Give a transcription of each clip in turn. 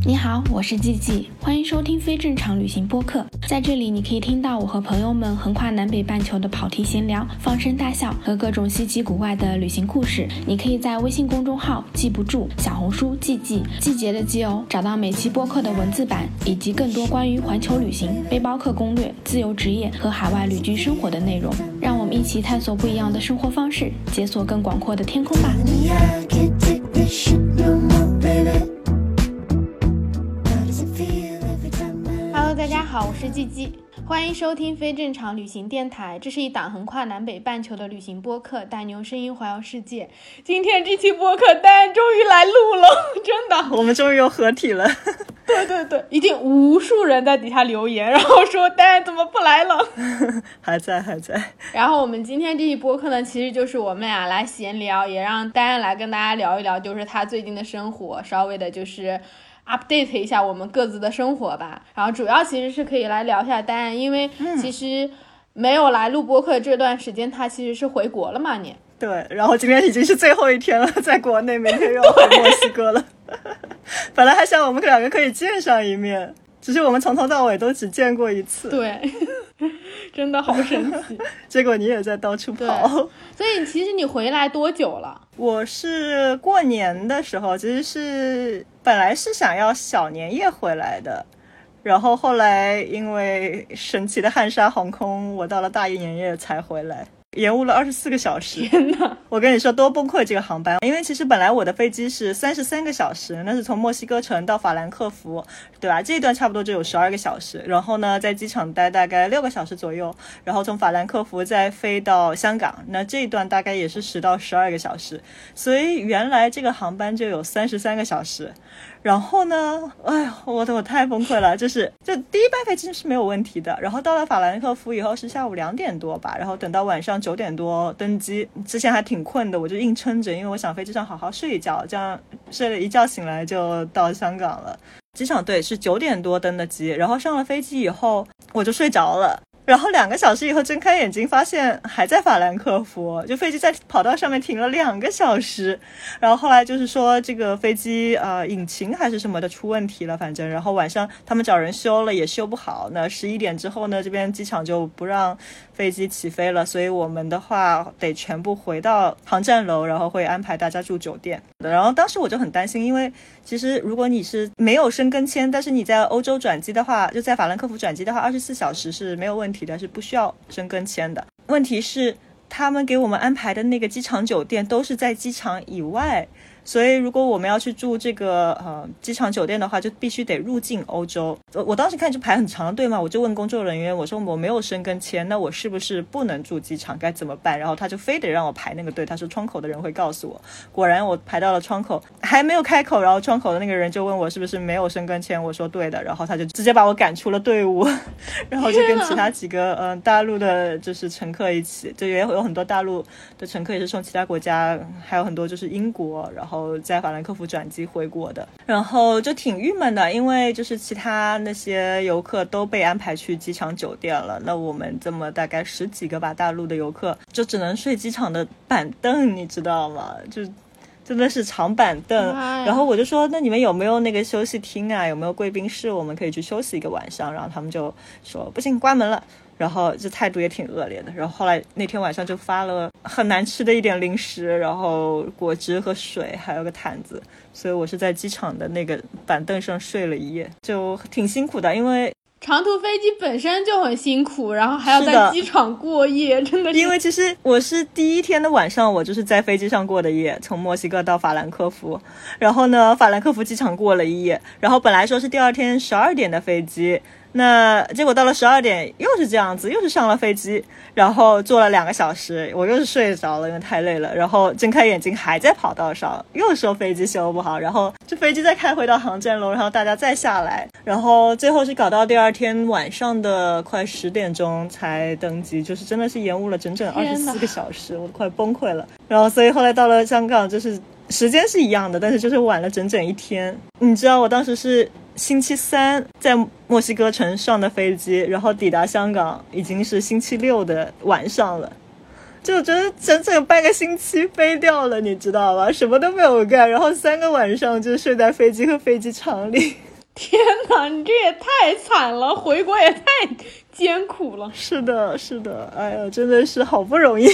你好，我是季季，欢迎收听非正常旅行播客。在这里，你可以听到我和朋友们横跨南北半球的跑题闲聊、放声大笑和各种稀奇古怪的旅行故事。你可以在微信公众号记不住、小红书季季季节的季哦，找到每期播客的文字版以及更多关于环球旅行、背包客攻略、自由职业和海外旅居生活的内容。让我们一起探索不一样的生活方式，解锁更广阔的天空吧。大家好，我是季季，欢迎收听非正常旅行电台。这是一档横跨南北半球的旅行播客，带你用声音环游世界。今天这期播客丹终于来录了，真的， 我们终于又合体了。 对，已经无数人在底下留言，然后说丹怎么不来了？ 还在。 然后我们今天这期播客呢，其实就是我们俩来闲聊，也让丹来跟大家聊一聊，就是他最近的生活，稍微的就是update 一下我们各自的生活吧。然后主要其实是可以来聊一下丹，因为其实没有来录播客这段时间，他其实是回国了嘛，你对，然后今天已经是最后一天了，在国内，明天又要回墨西哥了。本来还想我们两个可以见上一面，只是我们从头到尾都只见过一次。 对，真的好神奇。 结果你也在到处跑。 所以其实你回来多久了？ 我是过年的时候，其实是本来是想要小年夜回来的，然后后来因为神奇的汉莎航空，我到了大年夜才回来，延误了24个小时。 天哪， 我跟你说多崩溃这个航班，因为其实本来我的飞机是33个小时，那是从墨西哥城到法兰克福，对吧？这一段差不多就有12个小时，然后呢在机场待大概6个小时左右，然后从法兰克福再飞到香港，那这一段大概也是10到12个小时，所以原来这个航班就有33个小时。然后呢，哎呀，我太崩溃了，就第一班飞机是没有问题的，然后到了法兰克福以后是下午2点多吧，然后等到晚上9点多登机，之前还挺困的，我就硬撑着，因为我想飞机上好好睡一觉，这样睡了一觉醒来就到香港了。机场对是9点多登的机，然后上了飞机以后我就睡着了，然后2个小时以后睁开眼睛发现还在法兰克福，就飞机在跑道上面停了2个小时，然后后来就是说这个飞机引擎还是什么的出问题了，反正然后晚上他们找人修了也修不好，那11点之后呢这边机场就不让飞机起飞了，所以我们的话得全部回到航站楼，然后会安排大家住酒店。然后当时我就很担心，因为其实如果你是没有申根签，但是你在欧洲转机的话，就在法兰克福转机的话24小时是没有问题的，是不需要申根签的。问题是他们给我们安排的那个机场酒店都是在机场以外，所以如果我们要去住这个机场酒店的话，就必须得入境欧洲。我当时看就排很长的队嘛，我就问工作人员，我说我没有申根签，那我是不是不能住机场，该怎么办？然后他就非得让我排那个队，他说窗口的人会告诉我。果然我排到了窗口，还没有开口，然后窗口的那个人就问我是不是没有申根签，我说对的，然后他就直接把我赶出了队伍，然后就跟其他几个大陆的就是乘客一起，就也有很多大陆的乘客也是从其他国家，还有很多就是英国，然后在法兰克福转机回国的，然后就挺郁闷的，因为就是其他那些游客都被安排去机场酒店了，那我们这么大概10几个吧大陆的游客就只能睡机场的板凳，你知道吗？就真的是长板凳。然后我就说那你们有没有那个休息厅啊，有没有贵宾室，我们可以去休息一个晚上，然后他们就说不行，关门了，然后这态度也挺恶劣的。然后后来那天晚上就发了很难吃的一点零食，然后果汁和水，还有个毯子，所以我是在机场的那个板凳上睡了一夜，就挺辛苦的，因为长途飞机本身就很辛苦，然后还要在机场过夜，真的是。 因为其实我是第一天的晚上，我就是在飞机上过的夜，从墨西哥到法兰克福，然后呢法兰克福机场过了一夜，然后本来说是第二天12点的飞机，那结果到了12点又是这样子，又是上了飞机，然后坐了2个小时，我又是睡着了，因为太累了，然后睁开眼睛还在跑道上，又说飞机修不好，然后这飞机再开回到航站楼，然后大家再下来，然后最后是搞到第二天晚上的快10点钟才登机，就是真的是延误了整整24个小时，我都快崩溃了。然后所以后来到了香港，就是时间是一样的，但是就是晚了整整1天。你知道我当时是星期3在墨西哥城上的飞机，然后抵达香港已经是星期6的晚上了，就觉得整整半个星期飞掉了，你知道吗？什么都没有干，然后3个晚上就睡在飞机和飞机场里。 天哪，你这也太惨了，回国也太艰苦了。 是的，是的，哎呀，真的是好不容易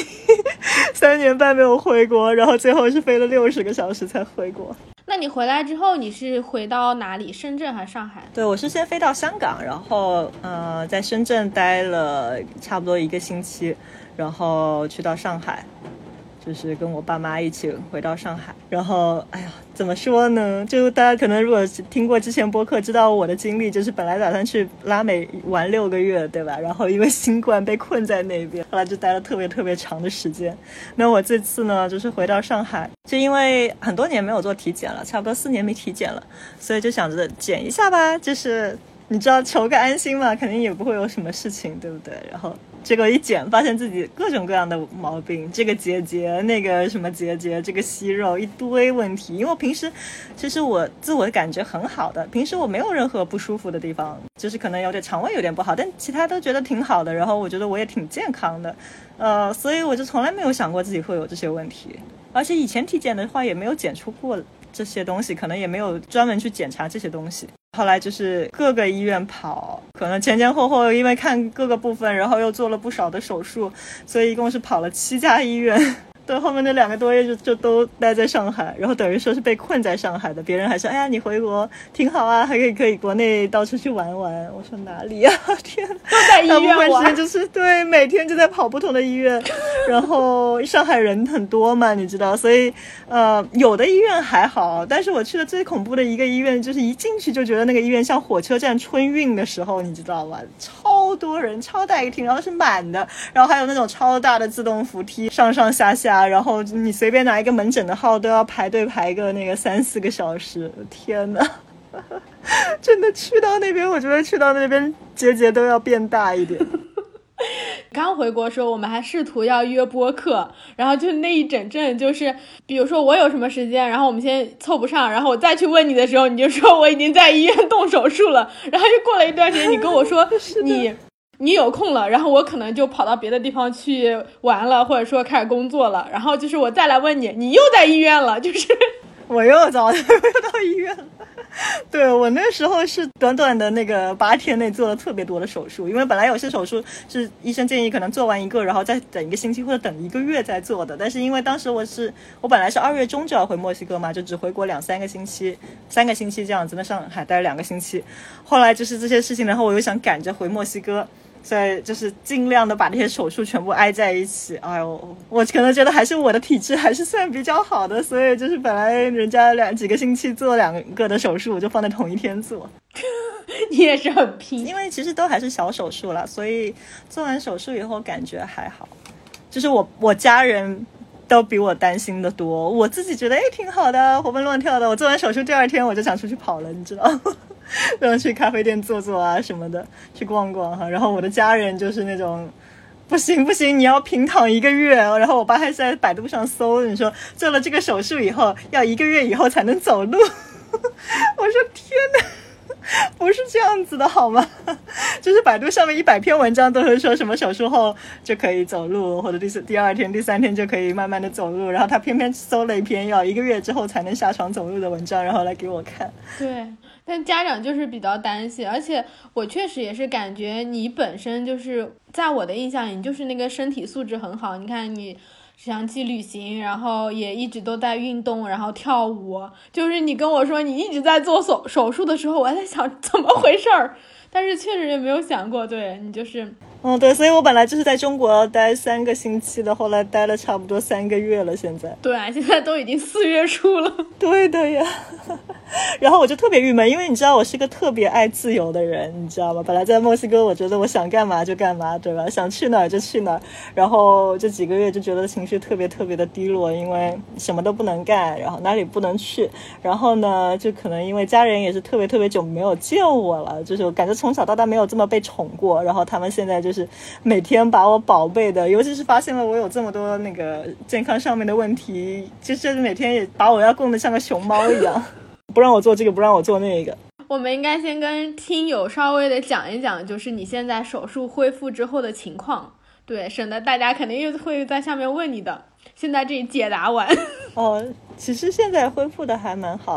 3年半没有回国，然后最后是飞了60个小时才回国。 那你回来之后，你是回到哪里？深圳还是上海？ 对，我是先飞到香港，然后在深圳待了差不多1个星期，然后去到上海，就是跟我爸妈一起回到上海。然后哎呀，怎么说呢，就大家可能如果听过之前播客知道我的经历，就是本来打算去拉美玩6个月，对吧，然后因为新冠被困在那边，后来就待了特别特别长的时间。那我这次呢就是回到上海，就因为很多年没有做体检了，差不多4年没体检了，所以就想着检一下吧，就是你知道求个安心嘛，肯定也不会有什么事情，对不对？然后结果一检发现自己各种各样的毛病，这个结节那个什么结节，这个息肉一堆问题。因为我平时其实我自我感觉很好的，平时我没有任何不舒服的地方，就是可能有点肠胃有点不好，但其他都觉得挺好的，然后我觉得我也挺健康的，所以我就从来没有想过自己会有这些问题，而且以前体检的话也没有检出过这些东西，可能也没有专门去检查这些东西。后来就是各个医院跑，可能前前后后因为看各个部分，然后又做了不少的手术，所以一共是跑了7家医院。对，后面那2个多月就都待在上海，然后等于说是被困在上海的。别人还说哎呀你回国挺好啊，还可以国内到处去玩玩。我说哪里啊，天， 都在医院玩， 大部分时间就是对，每天就在跑不同的医院。然后上海人很多嘛，你知道，所以有的医院还好，但是我去的最恐怖的一个医院，就是一进去就觉得那个医院像火车站春运的时候，你知道吧，超多人，超大一个厅，然后是满的，然后还有那种超大的自动扶梯上上下下，然后你随便拿一个门诊的号都要排队排个那个3-4个小时，天哪真的去到那边，我觉得去到那边结节都要变大一点。 刚回国的时候我们还试图要约播客，然后就那一整阵就是比如说我有什么时间，然后我们先凑不上，然后我再去问你的时候，你就说我已经在医院动手术了，然后又过了一段时间你跟我说你有空了，然后我可能就跑到别的地方去玩了，或者说开始工作了，然后就是我再来问你，你又在医院了，就是我又到医院了。对，我那时候是短短的那个8天内做了特别多的手术，因为本来有些手术是医生建议可能做完一个然后再等1个星期或者等1个月再做的，但是因为当时我本来是2月中就要回墨西哥嘛，就只回国2-3个星期，3个星期这样子，在上海待了2个星期。后来就是这些事情，然后我又想赶着回墨西哥，所以就是尽量的把这些手术全部挨在一起。哎呦，我可能觉得还是我的体质还是算比较好的，所以就是本来人家几个星期做2个的手术，我就放在同一天做。 你也是很拼， 因为其实都还是小手术了，所以做完手术以后感觉还好，就是我家人都比我担心的多，我自己觉得挺好的，活蹦乱跳的。我做完手术第2天我就想出去跑了，你知道吗？然后去咖啡店坐坐啊什么的，去逛逛哈。然后我的家人就是那种不行，你要平躺1个月。然后我爸还是在百度上搜，你说做了这个手术以后要1个月以后才能走路。我说天哪，不是这样子的好吗？就是百度上面100篇文章都是说什么手术后就可以走路，或者第2天第3天就可以慢慢的走路，然后他偏偏搜了一篇要1个月之后才能下床走路的文章，然后来给我看。 对，但家长就是比较担心，而且我确实也是感觉你本身就是在我的印象里，你就是那个身体素质很好，你看你长期旅行，然后也一直都在运动，然后跳舞，就是你跟我说你一直在做手术的时候，我还在想怎么回事儿，但是确实也没有想过，对，你就是对，所以我本来就是在中国待3个星期的，后来待了差不多3个月了，现在。 对，现在都已经4月初了。 对的呀。然后我就特别郁闷，因为你知道我是个特别爱自由的人，你知道吗？本来在墨西哥我觉得我想干嘛就干嘛，对吧？想去哪儿就去哪儿，然后这几个月就觉得情绪特别特别的低落，因为什么都不能干，然后哪里不能去，然后呢就可能因为家人也是特别特别久没有见我了，就是我感觉从小到大没有这么被宠过，然后他们现在就是每天把我宝贝的，尤其是发现了我有这么多那个健康上面的问题，就是每天也把我要供得像个熊猫一样。不让我做这个，不让我做那个。 我们应该先跟听友稍微的讲一讲，就是你现在手术恢复之后的情况，对，省得大家肯定又会在下面问你的。现在这里解答完。 其实现在恢复的还蛮好啦，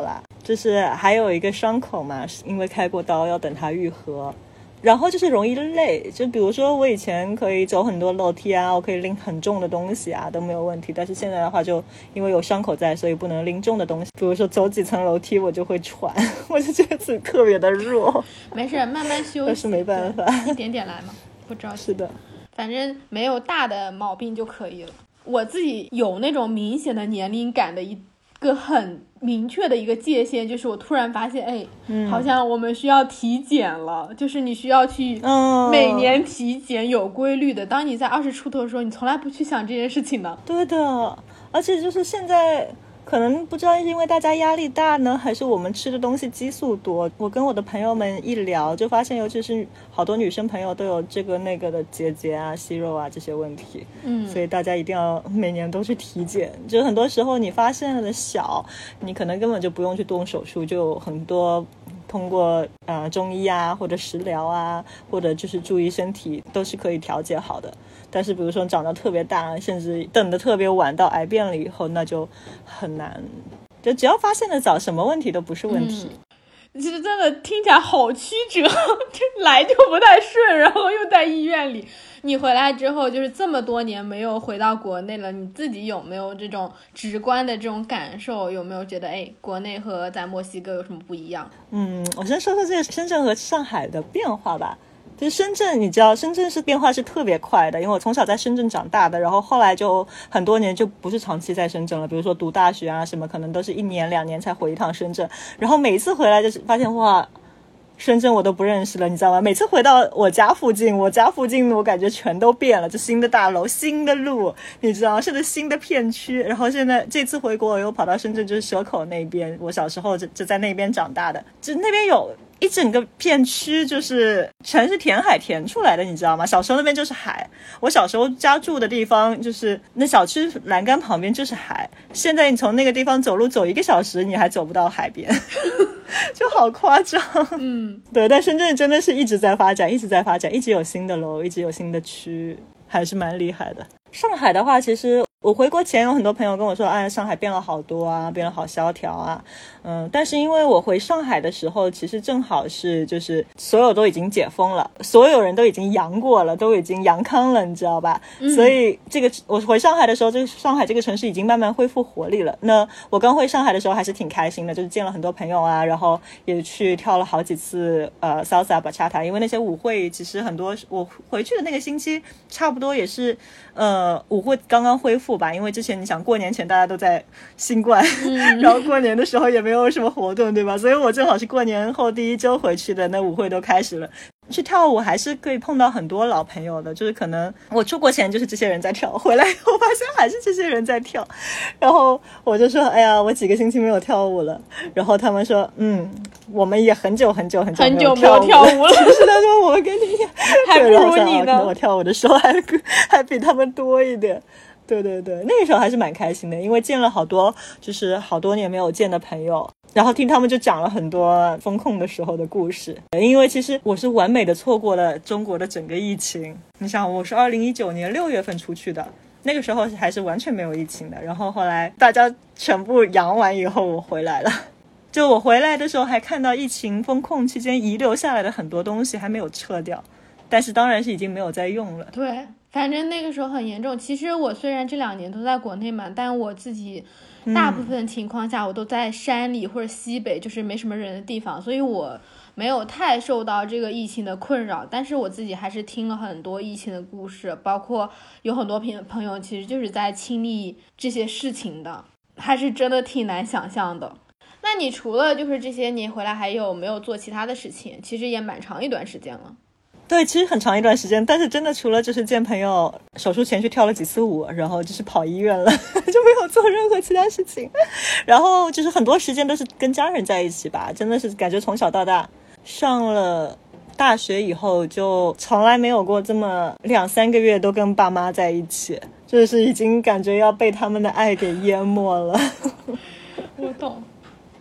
就是还有一个伤口嘛，是因为开过刀要等它愈合，然后就是容易累，就比如说我以前可以走很多楼梯啊，我可以拎很重的东西啊都没有问题，但是现在的话就因为有伤口在，所以不能拎重的东西，比如说走几层楼梯我就会喘，我就觉得自己特别的弱。 没事，慢慢休息， 但是没办法， 一点点来嘛，不着急。 是的， 反正没有大的毛病就可以了。我自己有那种明显的年龄感的一个很明确的一个界限，就是我突然发现，哎，好像我们需要体检了，就是你需要去每年体检，有规律的。当你在20出头的时候，你从来不去想这件事情的。 对的，而且就是现在可能不知道是因为大家压力大呢，还是我们吃的东西激素多。我跟我的朋友们一聊，就发现尤其是好多女生朋友都有这个那个的结节啊、息肉啊这些问题。所以大家一定要每年都去体检。就很多时候你发现了的小，你可能根本就不用去动手术，就有很多通过中医啊或者食疗啊，或者就是注意身体都是可以调节好的。但是比如说长得特别大，甚至等得特别晚到癌变了以后，那就很难。就只要发现的早，什么问题都不是问题。 其实真的听起来好曲折，就来就不太顺，然后又在医院里。你回来之后就是这么多年没有回到国内了，你自己有没有这种直观的这种感受？有没有觉得国内和在墨西哥有什么不一样？ 我先说说这个深圳和上海的变化吧。就是深圳，你知道深圳是变化是特别快的，因为我从小在深圳长大的，然后后来就很多年就不是长期在深圳了，比如说读大学啊什么，可能都是1年2年才回一趟深圳，然后每一次回来就是发现哇，深圳我都不认识了，你知道吗？每次回到我家附近我感觉全都变了，就新的大楼、新的路，你知道，甚至新的片区。然后现在这次回国我又跑到深圳，就是蛇口那边，我小时候就在那边长大的，就那边有一整个片区就是全是填海填出来的，你知道吗？小时候那边就是海，我小时候家住的地方就是那小区栏杆旁边就是海，现在你从那个地方走路走1个小时你还走不到海边就好夸张。对，但深圳真的是一直在发展，一直有新的楼，一直有新的区，还是蛮厉害的。上海的话，其实我回国前有很多朋友跟我说，哎，上海变了好多啊，变了好萧条啊。但是因为我回上海的时候，其实正好是就是所有都已经解封了，所有人都已经阳过了，都已经阳康了，你知道吧？所以这个我回上海的时候，这个上海这个城市已经慢慢恢复活力了。那我刚回上海的时候还是挺开心的，就是见了很多朋友啊，然后也去跳了好几次salsa bachata，因为那些舞会其实很多，我回去的那个星期差不多也是舞会刚刚恢复吧，因为之前你想过年前大家都在新冠，然后过年的时候也没有什么活动，对吧？所以我正好是过年后第1周回去的，那舞会都开始了。去跳舞还是可以碰到很多老朋友的，就是可能我出国前就是这些人在跳，回来以后发现还是这些人在跳，然后我就说哎呀，我几个星期没有跳舞了，然后他们说我们也很久没有跳舞了就是他说我们跟你还不如你呢， 我跳舞的时候还比他们多一点。对，那个时候还是蛮开心的，因为见了好多就是好多年没有见的朋友，然后听他们就讲了很多封控的时候的故事。因为其实我是完美的错过了中国的整个疫情，你想我是2019年6月份出去的，那个时候还是完全没有疫情的，然后后来大家全部阳完以后我回来了，就我回来的时候还看到疫情封控期间遗留下来的很多东西还没有撤掉，但是当然是已经没有在用了。 对，反正那个时候很严重。其实我虽然这2年都在国内嘛，但我自己大部分情况下我都在山里或者西北，就是没什么人的地方，所以我没有太受到这个疫情的困扰。但是我自己还是听了很多疫情的故事，包括有很多朋友其实就是在经历这些事情的，还是真的挺难想象的。那你除了就是这些，你回来还有没有做其他的事情？其实也蛮长一段时间了。 对，其实很长一段时间，但是真的除了就是见朋友，手术前去跳了几次舞，然后就是跑医院了就没有做任何其他事情。然后就是很多时间都是跟家人在一起吧，真的是感觉从小到大，上了大学以后就从来没有过这么2-3个月都跟爸妈在一起，就是已经感觉要被他们的爱给淹没了我懂。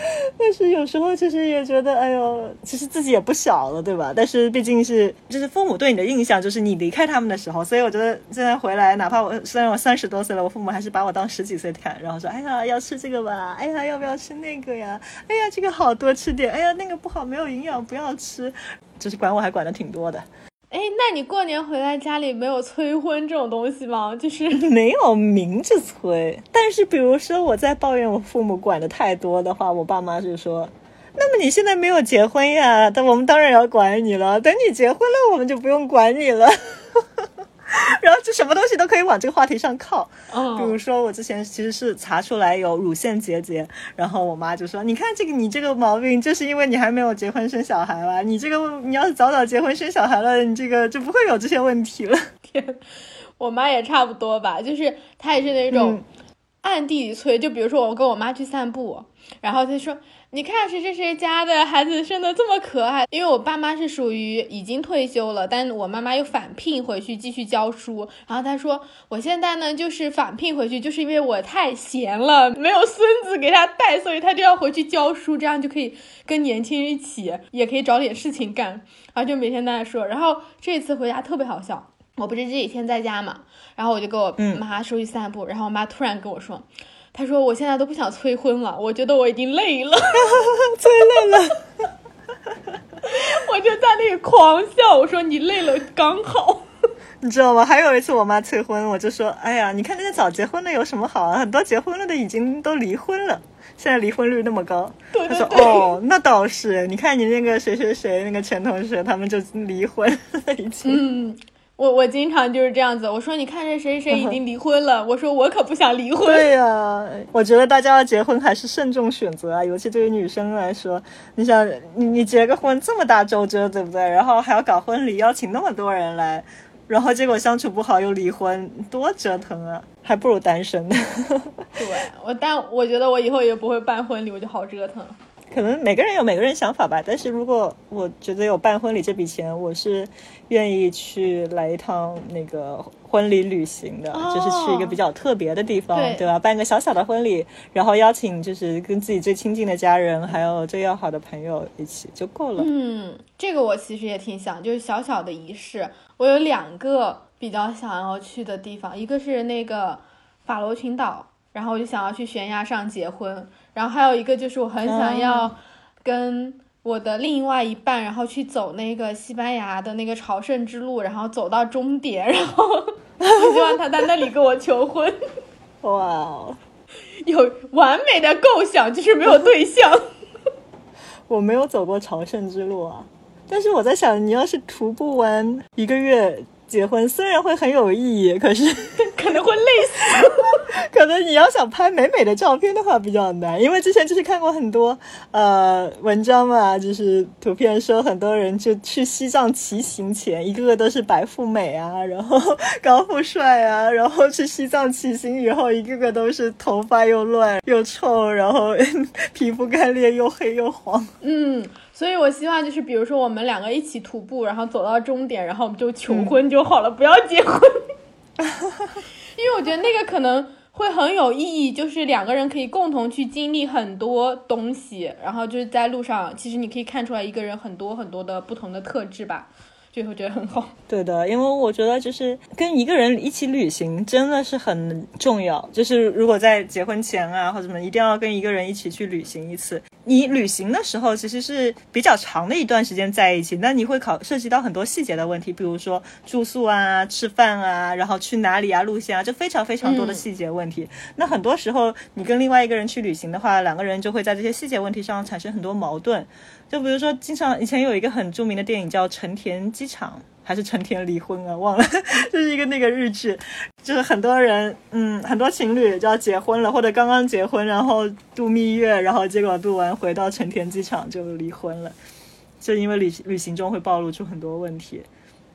但是有时候其实也觉得，哎呦，其实自己也不小了，对吧？但是毕竟是就是父母对你的印象就是你离开他们的时候，所以我觉得现在回来，哪怕虽然我30多岁了，我父母还是把我当10几岁看，然后说，哎呀，要吃这个吧，哎呀，要不要吃那个呀？哎呀，这个好多吃点，哎呀，那个不好，没有营养，不要吃，就是管我还管得挺多的。 哎，那你过年回来家里没有催婚这种东西吗？就是没有明着催，但是比如说我在抱怨我父母管得太多的话，我爸妈就说，那么你现在没有结婚呀，但我们当然要管你了，等你结婚了我们就不用管你了。然后就什么东西都可以往这个话题上靠。比如说我之前其实是查出来有乳腺结节，然后我妈就说，你看这个你这个毛病就是因为你还没有结婚生小孩吧，你这个你要是早早结婚生小孩了，你这个就不会有这些问题了。 天，我妈也差不多吧，就是她也是那种暗地里催，就比如说我跟我妈去散步，然后她说，你看谁谁谁家的孩子生得这么可爱。因为我爸妈是属于已经退休了，但我妈妈又返聘回去继续教书，然后她说我现在呢就是返聘回去，就是因为我太闲了，没有孙子给她带，所以她就要回去教书，这样就可以跟年轻人一起，也可以找点事情干，然后就每天在那说。然后这次回家特别好笑，我不是这几天在家嘛，然后我就跟我妈出去散步，然后我妈突然跟我说，她说我现在都不想催婚了，我觉得我已经累了。 催累了。 我就在那里狂笑，我说你累了刚好。 你知道吗？还有一次我妈催婚，我就说，哎呀，你看那些早结婚的有什么好啊，很多结婚了的已经都离婚了，现在离婚率那么高。 对对对， 她说，哦，那倒是，你看你那个谁谁谁那个前同学他们就离婚了已经。 我经常就是这样子，我说你看这谁谁已经离婚了，我说我可不想离婚。 对呀，我觉得大家要结婚还是慎重选择啊，尤其对于女生来说，你想你结个婚这么大周折，对不对？然后还要搞婚礼，邀请那么多人来，然后结果相处不好又离婚，多折腾啊，还不如单身。 对，但我觉得我以后也不会办婚礼，我就好折腾。 可能每个人有每个人想法吧，但是如果我觉得有办婚礼这笔钱，我是愿意去来一趟那个婚礼旅行的，就是去一个比较特别的地方，对吧？办个小小的婚礼，然后邀请就是跟自己最亲近的家人还有最要好的朋友一起就够了。 这个我其实也挺想，就是小小的仪式。我有2个比较想要去的地方，一个是那个法罗群岛，然后我就想要去悬崖上结婚，然后还有一个就是我很想要跟我的另外一半，然后去走那个西班牙的那个朝圣之路，然后走到终点，然后我希望他在那里跟我求婚。 哇， 有完美的构想，就是没有对象。 我没有走过朝圣之路啊，但是我在想，你要是徒步完1个月结婚，虽然会很有意义，可是可能会累死。 可能你要想拍美美的照片的话比较难，因为之前就是看过很多文章嘛，就是图片说很多人就去西藏骑行前，一个个都是白富美啊，然后高富帅啊，然后去西藏骑行以后，一个个都是头发又乱又臭，然后皮肤干裂又黑又黄。 所以我希望就是比如说我们2个一起徒步，然后走到终点，然后我们就求婚就好了，不要结婚。因为我觉得那个可能会很有意义，就是2个人可以共同去经历很多东西，然后就是在路上其实你可以看出来一个人很多很多的不同的特质吧，就会觉得很好。 对的，因为我觉得就是跟一个人一起旅行真的是很重要，就是如果在结婚前啊或者什么，一定要跟一个人一起去旅行一次。你旅行的时候其实是比较长的一段时间在一起，那你会涉及到很多细节的问题，比如说住宿啊、吃饭啊，然后去哪里啊、路线啊，就非常非常多的细节问题。那很多时候你跟另外一个人去旅行的话，2个人就会在这些细节问题上产生很多矛盾。就比如说经常以前有一个很著名的电影叫成田机场还是成田离婚啊，忘了，就是一个那个日剧，就是很多人很多情侣就要结婚了，或者刚刚结婚然后度蜜月，然后结果度完回到成田机场就离婚了，就因为旅行中会暴露出很多问题。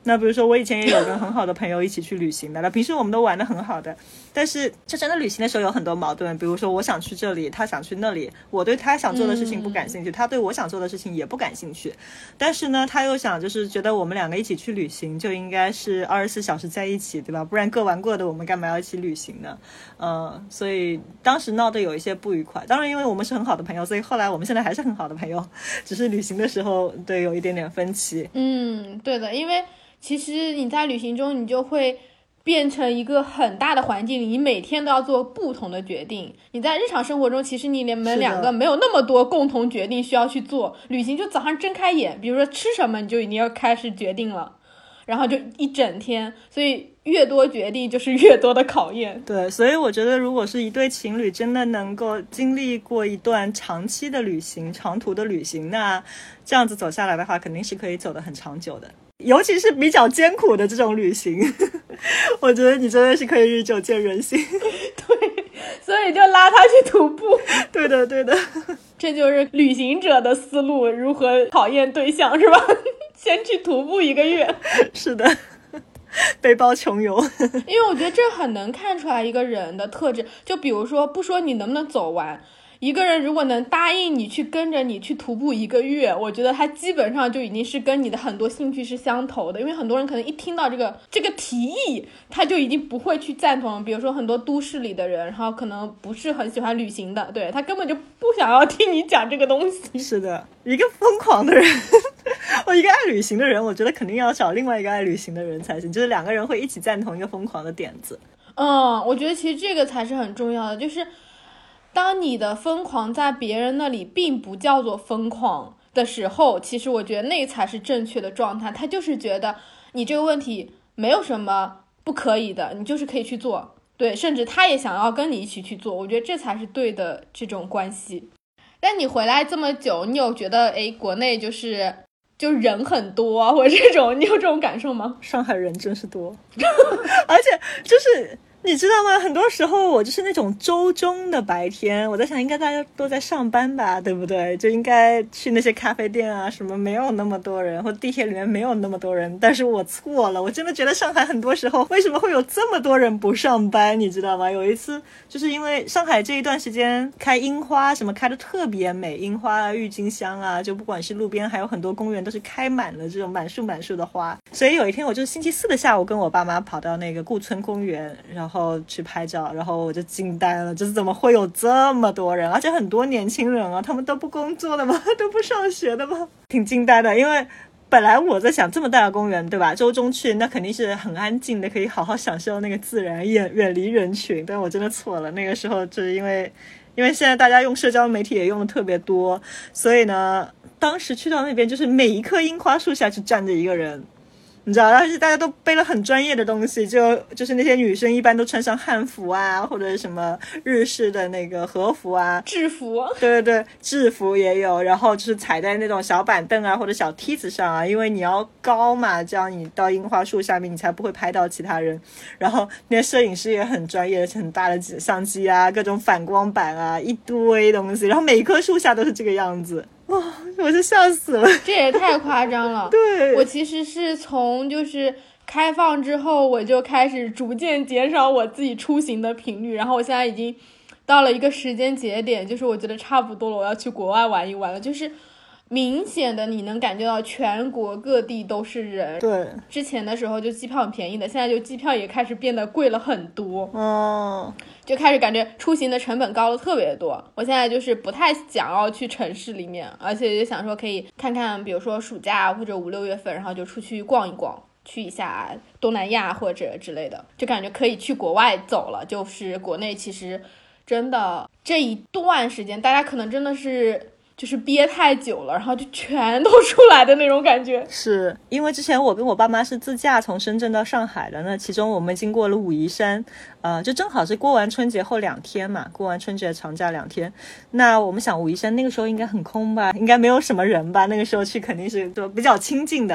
那比如说我以前也有跟很好的朋友一起去旅行的，那平时我们都玩得很好的，但是就真的旅行的时候有很多矛盾，比如说我想去这里，他想去那里，我对他想做的事情不感兴趣，他对我想做的事情也不感兴趣，但是呢他又想就是觉得我们两个一起去旅行就应该是24小时在一起，对吧？不然各玩各的，我们干嘛要一起旅行呢？所以当时闹得有一些不愉快。当然因为我们是很好的朋友，所以后来我们现在还是很好的朋友，只是旅行的时候对有一点点分歧。 对的，因为其实你在旅行中你就会变成一个很大的环境里，你每天都要做不同的决定。你在日常生活中其实你们两个没有那么多共同决定需要去做，旅行就早上睁开眼，比如说吃什么你就已经要开始决定了，然后就一整天，所以越多决定就是越多的考验。 对，所以我觉得如果是一对情侣真的能够经历过一段长期的旅行，长途的旅行，那这样子走下来的话肯定是可以走得很长久的，尤其是比较艰苦的这种旅行我觉得你真的是可以日久见人心对，所以就拉他去徒步对的对的， 这就是旅行者的思路，如何考验对象是吧先去徒步1个月是的，背包穷游因为我觉得这很能看出来一个人的特质，就比如说不说你能不能走完，一个人如果能答应你去跟着你去徒步1个月，我觉得他基本上就已经是跟你的很多兴趣是相投的。因为很多人可能一听到这个提议，他就已经不会去赞同，比如说很多都市里的人，然后可能不是很喜欢旅行的，对，他根本就不想要听你讲这个东西。 是的，一个疯狂的人我一个爱旅行的人，我觉得肯定要找另外一个爱旅行的人才行，就是2个人会一起赞同一个疯狂的点子。 我觉得其实这个才是很重要的，就是当你的疯狂在别人那里并不叫做疯狂的时候，其实我觉得那才是正确的状态。他就是觉得你这个问题没有什么不可以的，你就是可以去做，对，甚至他也想要跟你一起去做，我觉得这才是对的这种关系。但你回来这么久，你有觉得国内就是人很多或者这种，你有这种感受吗？ 上海人真是多而且就是你知道吗，很多时候我就是那种周中的白天，我在想应该大家都在上班吧，对不对？就应该去那些咖啡店啊什么，没有那么多人，或地铁里面没有那么多人，但是我错了，我真的觉得上海很多时候为什么会有这么多人不上班，你知道吗？有一次就是因为上海这一段时间开樱花什么开的特别美，樱花啊郁金香啊，就不管是路边还有很多公园都是开满了这种满树的花，所以有一天我就是星期4的下午跟我爸妈跑到那个顾村公园，然后去拍照，然后我就惊呆了，就是怎么会有这么多人，而且很多年轻人啊，他们都不工作的吗？都不上学的吗？挺惊呆的，因为本来我在想这么大的公园，对吧？周中去那肯定是很安静的，可以好好享受那个自然，远离人群。但我真的错了，那个时候就是因为现在大家用社交媒体也用的特别多，所以呢，当时去到那边就是每一棵樱花树下就站着一个人。你知道，而且大家都背了很专业的东西，就是那些女生一般都穿上汉服啊，或者什么日式的那个和服啊， 制服， 对对对，制服也有，然后就是踩在那种小板凳啊或者小梯子上啊，因为你要高嘛，这样你到樱花树下面你才不会拍到其他人。然后那些摄影师也很专业，很大的相机啊，各种反光板啊，一堆东西，然后每一棵树下都是这个样子。哇，我是吓死了， 这也太夸张了。 对， 我其实是从就是开放之后，我就开始逐渐减少我自己出行的频率，然后我现在已经到了一个时间节点，就是我觉得差不多了，我要去国外玩一玩了，就是明显的你能感觉到全国各地都是人。 对，之前的时候就机票很便宜的，现在就机票也开始变得贵了很多，就开始感觉出行的成本高了特别多。我现在就是不太想要去城市里面，而且就想说可以看看，比如说暑假或者5、6月份，然后就出去逛一逛，去一下东南亚或者之类的，就感觉可以去国外走了。就是国内其实真的这一段时间大家可能真的是就是憋太久了，然后就全都出来的那种感觉。 是因为之前我跟我爸妈是自驾从深圳到上海的，那其中我们经过了武夷山，就正好是过完春节后2天嘛，过完春节长假2天。那我们想武夷山那个时候应该很空吧，应该没有什么人吧，那个时候去肯定是就比较清静的。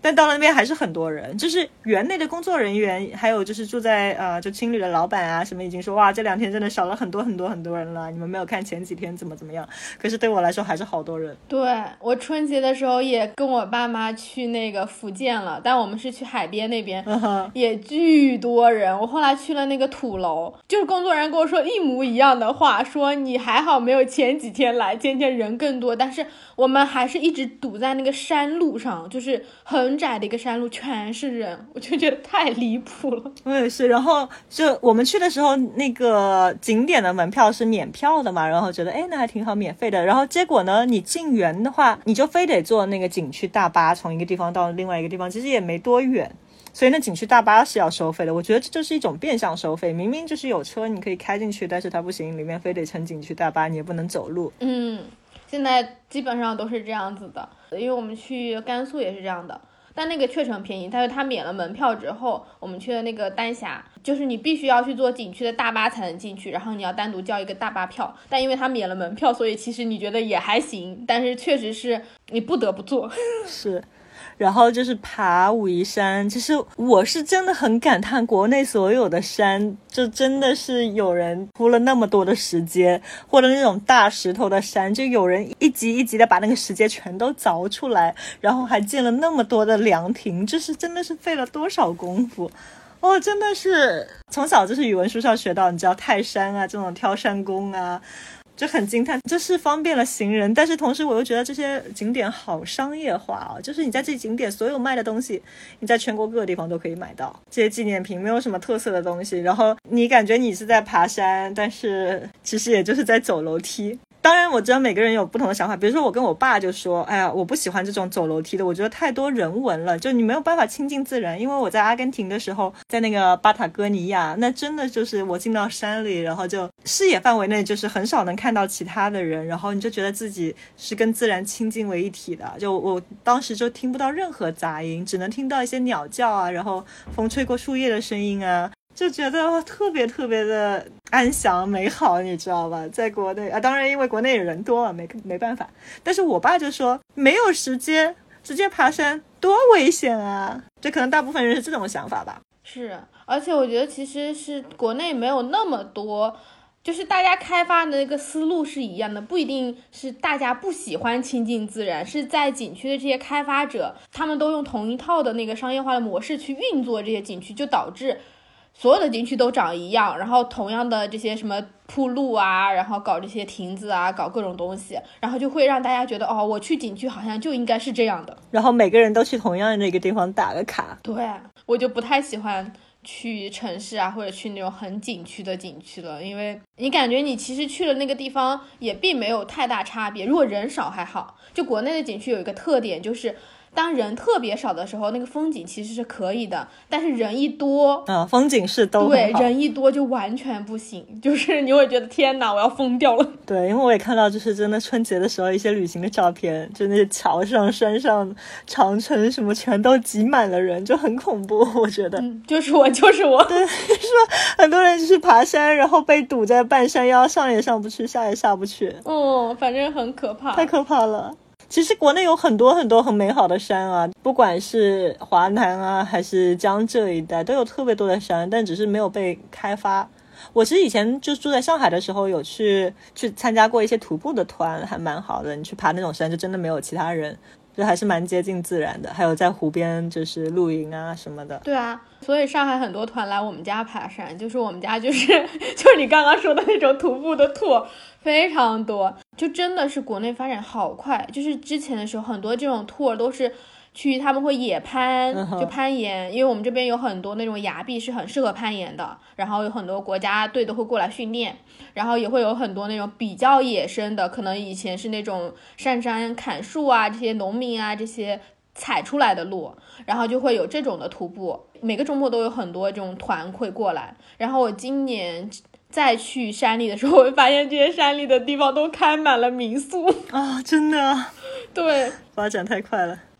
但到了那边还是很多人，就是园内的工作人员，还有就是住在就青旅的老板啊什么，已经说哇这2天真的少了很多很多很多人了，你们没有看前几天怎么样，可是对我来说还是好多人。 对，我春节的时候也跟我爸妈去那个福建了，但我们是去海边那边，也巨多人。我后来去了那个土楼，就是工作人员跟我说一模一样的话，说你还好没有前几天来，前几天人更多，但是我们还是一直堵在那个山路上，就是很窄的一个山路，全是人，我就觉得太离谱了。 我也是，然后就我们去的时候，那个景点的门票是免票的嘛，然后觉得那还挺好，免费的。然后结果呢，你进园的话，你就非得坐那个景区大巴，从一个地方到另外一个地方，其实也没多远。所以那景区大巴是要收费的，我觉得这就是一种变相收费，明明就是有车你可以开进去，但是它不行，里面非得乘景区大巴，你也不能走路。 现在基本上都是这样子的，因为我们去甘肃也是这样的，但那个确实很便宜，但是它免了门票之后，我们去的那个丹霞，就是你必须要去坐景区的大巴才能进去，然后你要单独交一个大巴票，但因为它免了门票，所以其实你觉得也还行，但是确实是你不得不坐。 是。然后就是爬武夷山，其实我是真的很感叹国内所有的山，就真的是有人铺了那么多的石阶，或者那种大石头的山，就有人一级一级的把那个石阶全都凿出来，然后还建了那么多的凉亭，这是真的是费了多少功夫。真的是从小就是语文书上学到，你知道泰山啊这种挑山工啊，就很惊叹，这是方便了行人，但是同时我又觉得这些景点好商业化啊，就是你在这些景点所有卖的东西，你在全国各个地方都可以买到，这些纪念品没有什么特色的东西，然后你感觉你是在爬山，但是其实也就是在走楼梯。当然我知道每个人有不同的想法，比如说我跟我爸就说，哎呀我不喜欢这种走楼梯的，我觉得太多人文了，就你没有办法亲近自然。因为我在阿根廷的时候，在那个巴塔哥尼亚，那真的就是我进到山里，然后就视野范围内就是很少能看到其他的人，然后你就觉得自己是跟自然亲近为一体的，就我当时就听不到任何杂音，只能听到一些鸟叫啊，然后风吹过树叶的声音啊，就觉得特别特别的安详美好，你知道吧？在国内啊，当然因为国内人多啊，没办法。但是我爸就说没有时间直接爬山多危险啊，这可能大部分人是这种想法吧。 是，而且我觉得其实是国内没有那么多，就是大家开发的那个思路是一样的，不一定是大家不喜欢亲近自然，是在景区的这些开发者，他们都用同一套的那个商业化的模式去运作这些景区，就导致所有的景区都长一样，然后同样的这些什么铺路啊，然后搞这些亭子啊，搞各种东西，然后就会让大家觉得我去景区好像就应该是这样的， 然后每个人都去同样的一个地方打个卡。 对，我就不太喜欢去城市啊，或者去那种很景区的景区了，因为你感觉你其实去了那个地方也并没有太大差别，如果人少还好。就国内的景区有一个特点，就是当人特别少的时候，那个风景其实是可以的，但是人一多， 风景是都很好， 对，人一多就完全不行，就是你会觉得天哪，我要疯掉了。 对，因为我也看到就是真的春节的时候一些旅行的照片，就那些桥上山上长城什么全都挤满了人，就很恐怖，我觉得。 就是我对， 说很多人就是爬山然后被堵在半山腰，上也上不去下也下不去， 反正很可怕， 太可怕了。其实国内有很多很多很美好的山啊，不管是华南啊还是江浙一带都有特别多的山，但只是没有被开发。我其实以前就住在上海的时候有去参加过一些徒步的团，还蛮好的，你去爬那种山就真的没有其他人，就还是蛮接近自然的，还有在湖边就是露营啊什么的。 对啊，所以上海很多团来我们家爬山，就是我们家就是你刚刚说的那种徒步的 tour 非常多，就真的是国内发展好快。就是之前的时候很多这种 tour 都是去他们会野攀，就攀岩，因为我们这边有很多那种崖壁是很适合攀岩的，然后有很多国家队都会过来训练，然后也会有很多那种比较野生的，可能以前是那种上山砍树啊，这些农民啊这些踩出来的路，然后就会有这种的徒步，每个周末都有很多这种团会过来。然后我今年再去山里的时候，我会发现这些山里的地方都开满了民宿啊，真的， 对， 发展太快了。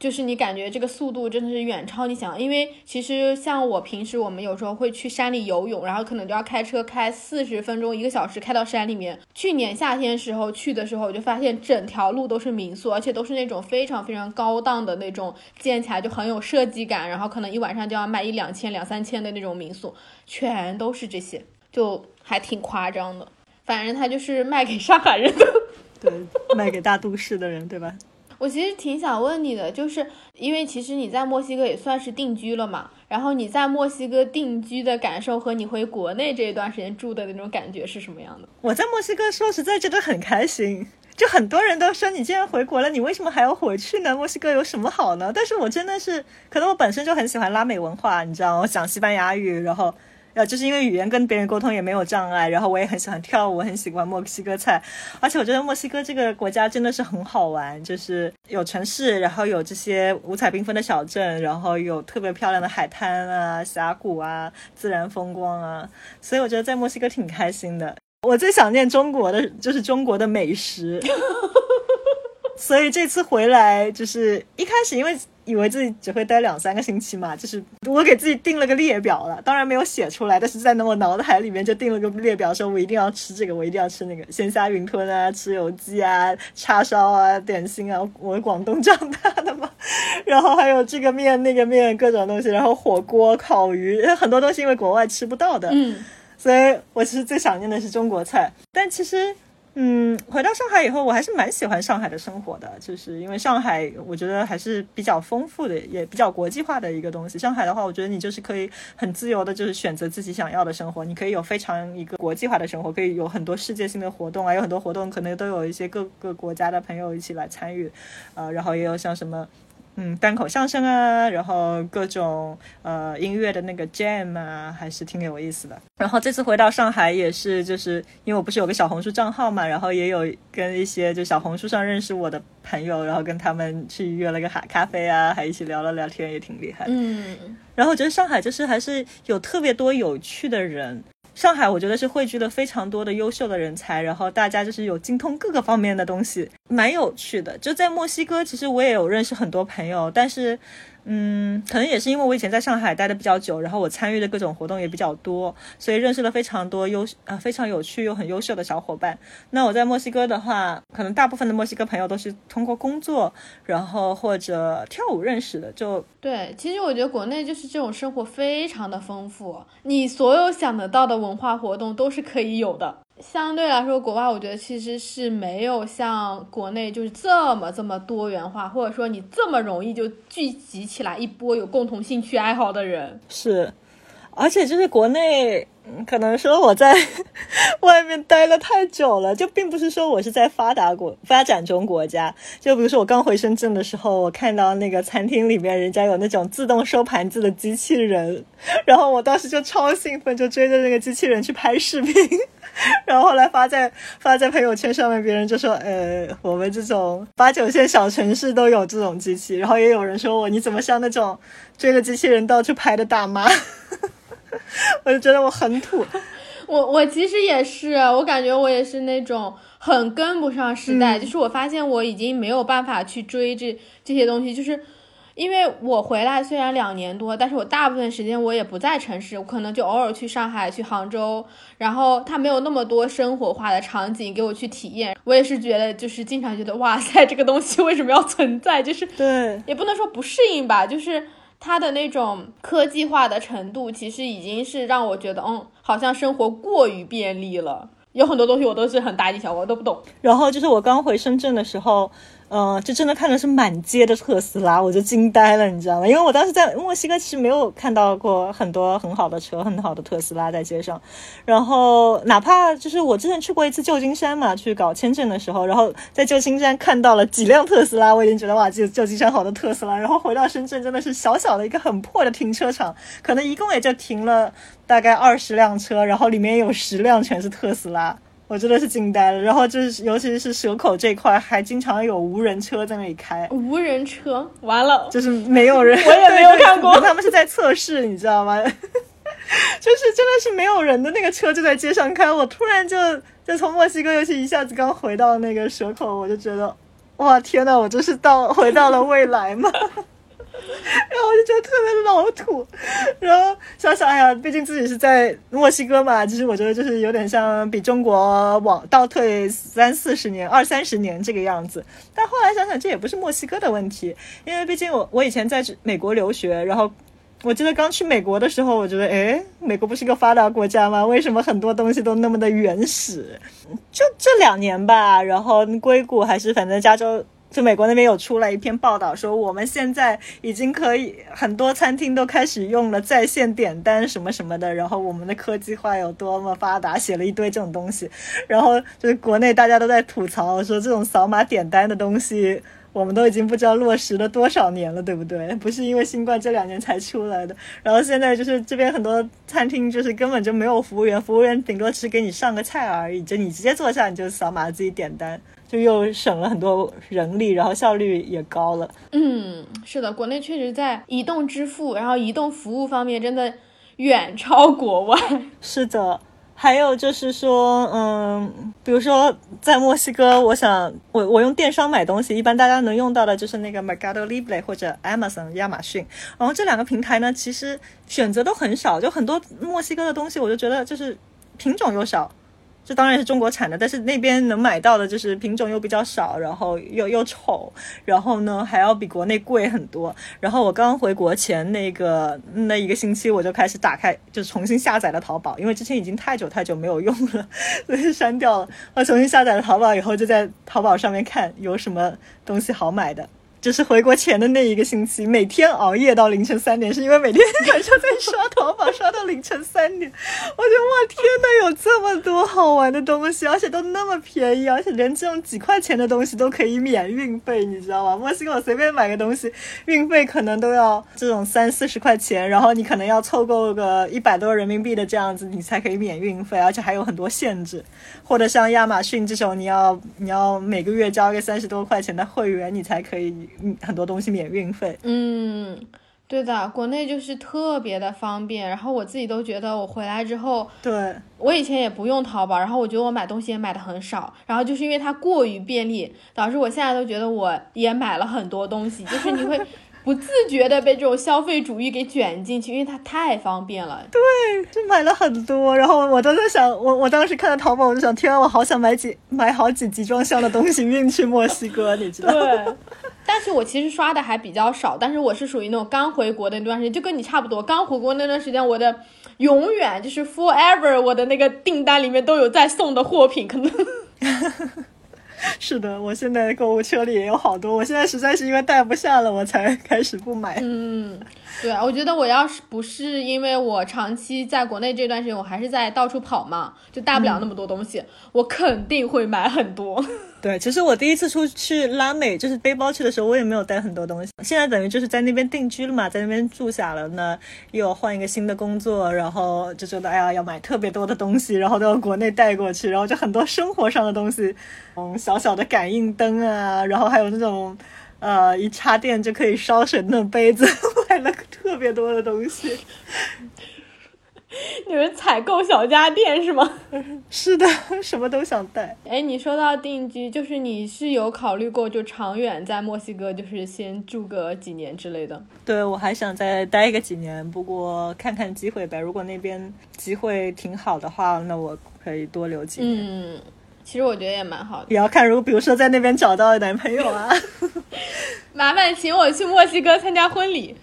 就是你感觉这个速度真的是远超你想，因为其实像我平时我们有时候会去山里游泳，然后可能就要开车开40分钟1个小时开到山里面。去年夏天时候去的时候，我就发现整条路都是民宿，而且都是那种非常非常高档的那种，建起来就很有设计感，然后可能一晚上就要卖1-2千2-3千的那种民宿，全都是这些，就还挺夸张的。反正它就是卖给上海人的， 对，卖给大都市的人，对吧？ 我其实挺想问你的，就是因为其实你在墨西哥也算是定居了嘛，然后你在墨西哥定居的感受和你回国内这一段时间住的那种感觉是什么样的？ 我在墨西哥说实在真的很开心，就很多人都说你既然回国了，你为什么还要回去呢？墨西哥有什么好呢？但是我真的是，可能我本身就很喜欢拉美文化，你知道，我讲西班牙语，然后就是因为语言跟别人沟通也没有障碍，然后我也很喜欢跳舞，很喜欢墨西哥菜，而且我觉得墨西哥这个国家真的是很好玩，就是有城市，然后有这些五彩缤纷的小镇，然后有特别漂亮的海滩啊、峡谷啊、自然风光啊，所以我觉得在墨西哥挺开心的。我最想念中国的就是中国的美食所以这次回来就是一开始因为以为自己只会待2-3个星期嘛，就是我给自己定了个列表了，当然没有写出来，但是在我脑海里面就定了个列表，说我一定要吃这个，我一定要吃那个，鲜虾云吞啊，吃有鸡啊，叉烧啊，点心啊，我广东长大的嘛，然后还有这个面那个面各种东西，然后火锅烤鱼，很多东西因为国外吃不到的，所以我其实最想念的是中国菜。但其实回到上海以后我还是蛮喜欢上海的生活的，就是因为上海我觉得还是比较丰富的，也比较国际化的一个东西。上海的话我觉得你就是可以很自由的就是选择自己想要的生活，你可以有非常一个国际化的生活，可以有很多世界性的活动啊，有很多活动可能都有一些各个国家的朋友一起来参与，然后也有像什么单口相声啊，然后各种音乐的那个 jam 啊，还是挺有意思的。然后这次回到上海也是，就是因为我不是有个小红书账号嘛，然后也有跟一些就小红书上认识我的朋友，然后跟他们去约了个咖啡啊，还一起聊了聊天，也挺厉害的。然后我觉得上海就是还是有特别多有趣的人。上海我觉得是汇聚了非常多的优秀的人才，然后大家就是有精通各个方面的东西，蛮有趣的。就在墨西哥其实我也有认识很多朋友，但是可能也是因为我以前在上海待的比较久，然后我参与的各种活动也比较多，所以认识了非常多非常有趣又很优秀的小伙伴。那我在墨西哥的话，可能大部分的墨西哥朋友都是通过工作然后或者跳舞认识的。就对，其实我觉得国内就是这种生活非常的丰富，你所有想得到的文化活动都是可以有的。相对来说国外我觉得其实是没有像国内就是这么多元化，或者说你这么容易就聚集起来一波有共同兴趣爱好的人。 是，而且就是国内可能说我在外面待了太久了，就并不是说我是在发展中国家。就比如说我刚回深圳的时候，我看到那个餐厅里面人家有那种自动收盘子的机器人，然后我当时就超兴奋，就追着那个机器人去拍视频然后后来发在朋友圈上面，别人就说我们这种8、9线小城市都有这种机器，然后也有人说你怎么像那种追着机器人到处拍的大妈我就觉得我很土。 我其实也是，我感觉我也是那种很跟不上时代，就是我发现我已经没有办法去追这些东西，就是因为我回来虽然2年多，但是我大部分时间我也不在城市，我可能就偶尔去上海去杭州，然后它没有那么多生活化的场景给我去体验。我也是觉得就是经常觉得哇塞这个东西为什么要存在，就是对， 也不能说不适应吧，就是它的那种科技化的程度其实已经是让我觉得好像生活过于便利了，有很多东西我都是很大惊小怪，我都不懂。 然后就是我刚回深圳的时候就真的看的是满街的特斯拉，我就惊呆了，你知道吗？因为我当时在墨西哥其实没有看到过很多很好的车，很好的特斯拉在街上。然后哪怕就是我之前去过一次旧金山嘛，去搞签证的时候，然后在旧金山看到了几辆特斯拉，我已经觉得哇旧金山好多特斯拉。然后回到深圳真的是小小的一个很破的停车场，可能一共也就停了大概20辆车，然后里面有10辆全是特斯拉，我真的是惊呆了。然后就是尤其是蛇口这块还经常有无人车在那里开。 无人车完了就是没有人我也没有看过他们是在测试你知道吗就是真的是没有人的那个车就在街上开。我突然就从墨西哥尤其一下子刚回到那个蛇口，我就觉得哇天哪，我这是回到了未来吗？然后我就觉得特别老土，然后想想，哎呀，毕竟自己是在墨西哥嘛，其实我觉得就是有点像比中国倒退30-40年、20-30年这个样子。但后来想想，这也不是墨西哥的问题，因为毕竟我以前在美国留学，然后我记得刚去美国的时候，我觉得，哎，美国不是个发达国家吗？为什么很多东西都那么的原始？就这2年吧，然后硅谷还是反正加州。就美国那边有出来一篇报道说，我们现在已经可以很多餐厅都开始用了在线点单什么什么的，然后我们的科技化有多么发达，写了一堆这种东西。然后就是国内大家都在吐槽说，这种扫码点单的东西我们都已经不知道落实了多少年了，对不对？不是因为新冠这2年才出来的。然后现在就是这边很多餐厅就是根本就没有服务员，服务员顶多只是给你上个菜而已，就你直接坐下你就扫码自己点单，就又省了很多人力，然后效率也高了。 是的，国内确实在移动支付然后移动服务方面真的远超国外。 是的，还有就是说比如说在墨西哥，我用电商买东西，一般大家能用到的就是那个 Mercado Libre 或者 Amazon 亚马逊。然后这2个平台呢，其实选择都很少，就很多墨西哥的东西我就觉得就是品种又少，这当然是中国产的，但是那边能买到的就是品种又比较少，然后又丑，然后呢还要比国内贵很多。然后我刚回国前那1个星期，我就开始打开，就重新下载了淘宝，因为之前已经太久没有用了，所以删掉了。我重新下载了淘宝以后，就在淘宝上面看有什么东西好买的。就是回国前的那1个星期，每天熬夜到凌晨3点，是因为每天晚上在刷淘宝，刷到凌晨3点。我觉得哇天哪，有这么多好玩的东西，而且都那么便宜，而且连这种几块钱的东西都可以免运费，你知道吗？墨西哥我随便买个东西，运费可能都要这种30-40块钱，然后你可能要凑够个100多人民币的这样子，你才可以免运费，而且还有很多限制。或者像亚马逊这种，你要每个月交个30多块钱的会员，你才可以很多东西免运费。 对的，国内就是特别的方便，然后我自己都觉得我回来之后， 对， 我以前也不用淘宝，然后我觉得我买东西也买的很少，然后就是因为它过于便利，导致我现在都觉得我也买了很多东西，就是你会不自觉的被这种消费主义给卷进去，因为它太方便了。 对，就买了很多，然后我都在想，我当时看到淘宝，我就想，天啊，我好想买好几集装箱的东西运去墨西哥，你知道吗？ 对。但是我其实刷的还比较少，但是我是属于那种刚回国的那段时间，就跟你差不多，刚回国那段时间，我的永远就是 forever 我的那个订单里面都有在送的货品，可能是的，我现在购物车里也有好多，我现在实在是因为带不下了，我才开始不买。 对，我觉得我要是不是因为我长期在国内这段时间，我还是在到处跑嘛，就带不了那么多东西，我肯定会买很多。 对，其实我第一次出去拉美，就是背包去的时候，我也没有带很多东西。现在等于就是在那边定居了嘛，在那边住下了呢，又换一个新的工作，然后就觉得哎呀要买特别多的东西，然后都要国内带过去，然后就很多生活上的东西，小小的感应灯啊，然后还有那种一插电就可以烧水的那种杯子，买了特别多的东西。 你们采购小家电是吗？ 是的，什么都想带。 哎，你说到定居，就是你是有考虑过就长远在墨西哥就是先住个几年之类的？ 对，我还想再待个几年，不过看看机会呗，如果那边机会挺好的话，那我可以多留几年。 其实我觉得也蛮好的， 也要看，如果比如说在那边找到男朋友啊， 麻烦请我去墨西哥参加婚礼。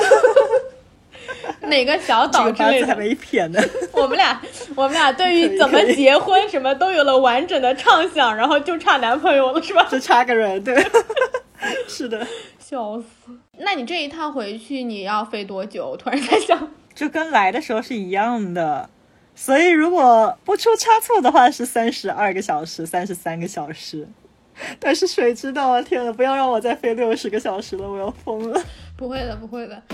哪个小岛之类的， 这个八字还没撇呢。 我们俩对于怎么结婚什么都有了完整的畅想，然后就差男朋友了是吧？ 就差个人，对。是的， 笑死。那你这一趟回去你要飞多久？我突然在想， 就跟来的时候是一样的，所以如果不出差错的话是32个小时、33个小时。但是谁知道啊！天哪，不要让我再飞60个小时了，我要疯了。 不会的，不会的。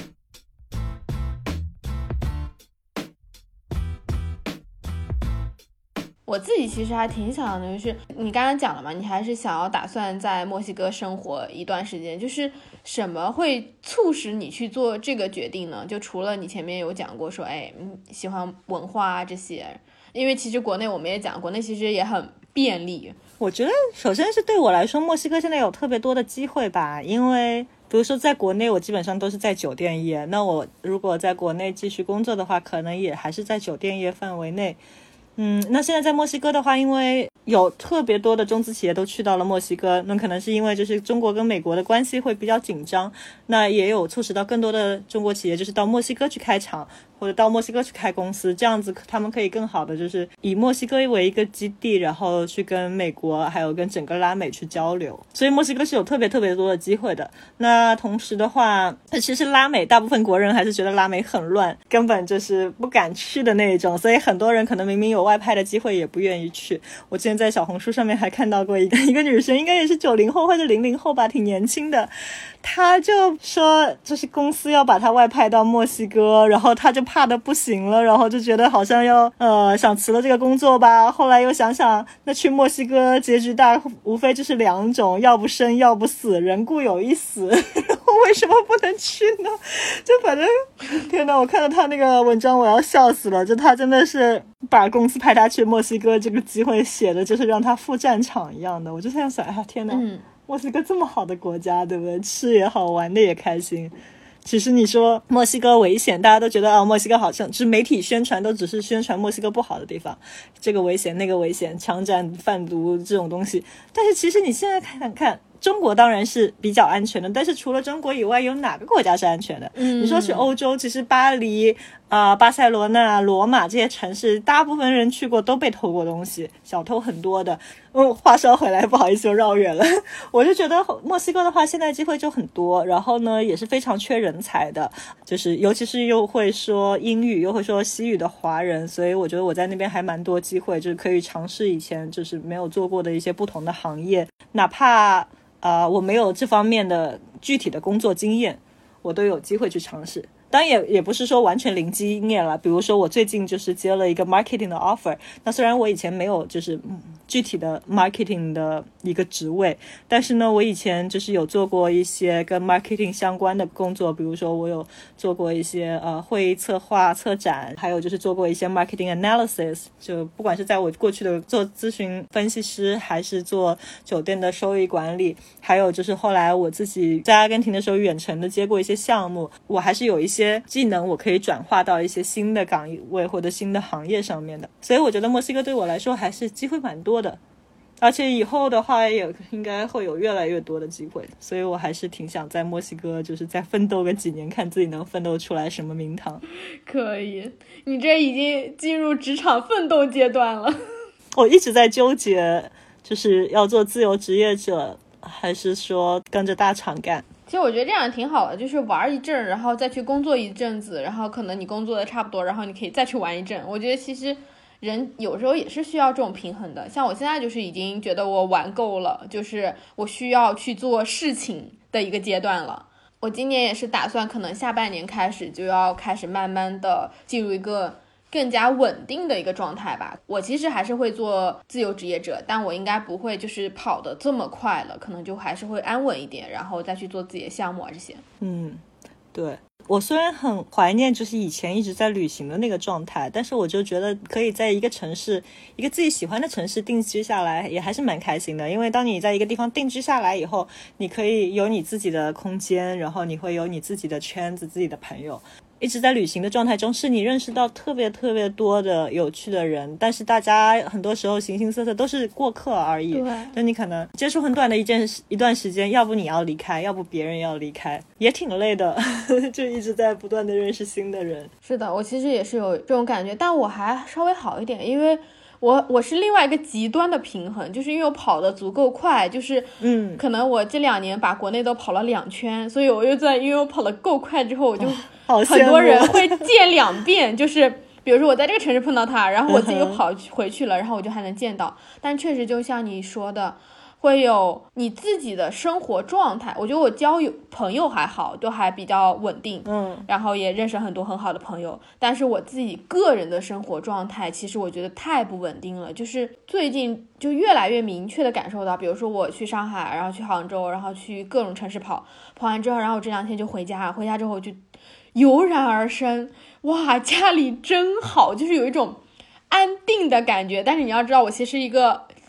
我自己其实还挺想的，就是你刚刚讲了嘛，你还是想要打算在墨西哥生活一段时间，就是什么会促使你去做这个决定呢？就除了你前面有讲过说，哎，喜欢文化啊这些，因为其实国内我们也讲，国内其实也很便利。 我觉得首先是对我来说，墨西哥现在有特别多的机会吧，因为比如说在国内我基本上都是在酒店业，那我如果在国内继续工作的话，可能也还是在酒店业范围内。那现在在墨西哥的话，因为有特别多的中资企业都去到了墨西哥，那可能是因为就是中国跟美国的关系会比较紧张，那也有促使到更多的中国企业就是到墨西哥去开厂，或者到墨西哥去开公司，这样子他们可以更好的就是以墨西哥为一个基地，然后去跟美国还有跟整个拉美去交流，所以墨西哥是有特别多的机会的。那同时的话，其实拉美大部分国人还是觉得拉美很乱，根本就是不敢去的那种，所以很多人可能明明有外派的机会也不愿意去。我之前在小红书上面还看到过一个女生，应该也是90后或者00后吧，挺年轻的，她就说就是公司要把她外派到墨西哥，然后她就怕的不行了，然后就觉得好像要想辞了这个工作吧，后来又想想那去墨西哥结局无非就是2种，要不生要不死，人固有一死然后为什么不能去呢？就反正天哪，我看到她那个文章我要笑死了，就她真的是把公司派她去墨西哥这个机会写的就是让她赴战场一样的，我就这样想，哎天哪，墨西哥这么好的国家，对不对？吃也好，玩的也开心。其实你说墨西哥危险，大家都觉得墨西哥好像就是媒体宣传都只是宣传墨西哥不好的地方，这个危险那个危险，枪战贩毒这种东西。但是其实你现在看看中国当然是比较安全的，但是除了中国以外有哪个国家是安全的？你说去欧洲，其实巴黎巴塞罗那、罗马这些城市大部分人去过都被偷过东西，小偷很多的。话说回来，不好意思又绕远了。我就觉得墨西哥的话现在机会就很多，然后呢也是非常缺人才的，就是尤其是又会说英语又会说西语的华人，所以我觉得我在那边还蛮多机会，就是可以尝试以前就是没有做过的一些不同的行业，哪怕我没有这方面的具体的工作经验，我都有机会去尝试。当然也不是说完全零经验了，比如说我最近就是接了一个 marketing 的 offer， 那虽然我以前没有就是具体的 marketing 的一个职位，但是呢我以前就是有做过一些跟 marketing 相关的工作，比如说我有做过一些会议策划策展，还有就是做过一些 marketing analysis， 就不管是在我过去的做咨询分析师，还是做酒店的收益管理，还有就是后来我自己在阿根廷的时候远程的接过一些项目，我还是有一些技能我可以转化到一些新的岗位或者新的行业上面的，所以我觉得墨西哥对我来说还是机会蛮多的，而且以后的话也应该会有越来越多的机会，所以我还是挺想在墨西哥就是再奋斗个几年，看自己能奋斗出来什么名堂。 可以，你这已经进入职场奋斗阶段了。 我一直在纠结，就是要做自由职业者还是说跟着大厂干。 其实我觉得这样挺好的，就是玩一阵，然后再去工作一阵子，然后可能你工作的差不多，然后你可以再去玩一阵。我觉得其实人有时候也是需要这种平衡的，像我现在就是已经觉得我玩够了，就是我需要去做事情的一个阶段了。我今年也是打算可能下半年开始就要开始慢慢的进入一个更加稳定的一个状态吧。我其实还是会做自由职业者，但我应该不会就是跑得这么快了，可能就还是会安稳一点，然后再去做自己的项目这些。 对，我虽然很怀念就是以前一直在旅行的那个状态，但是我就觉得可以在一个城市，一个自己喜欢的城市定居下来也还是蛮开心的。因为当你在一个地方定居下来以后，你可以有你自己的空间，然后你会有你自己的圈子，自己的朋友。一直在旅行的状态中，是你认识到特别多的有趣的人，但是大家很多时候形形色色都是过客而已。 对， 就你可能接触很短的一段时间，要不你要离开，要不别人要离开，也挺累的就一直在不断的认识新的人。 是的，我其实也是有这种感觉，但我还稍微好一点，因为我是另外一个极端的平衡，就是因为我跑得足够快，就是可能我这2年把国内都跑了2圈，所以我又因为我跑得够快之后，我就很多人会见2遍，就是比如说我在这个城市碰到他，然后我自己又跑回去了，然后我就还能见到。但确实就像你说的，会有你自己的生活状态。我觉得我交友朋友还好，都还比较稳定，然后也认识很多很好的朋友。但是我自己个人的生活状态，其实我觉得太不稳定了。就是最近就越来越明确的感受到，比如说我去上海，然后去杭州，然后去各种城市跑完之后，然后我这2天就回家之后我就油然而生，哇，家里真好，就是有一种安定的感觉。但是你要知道，我其实是一个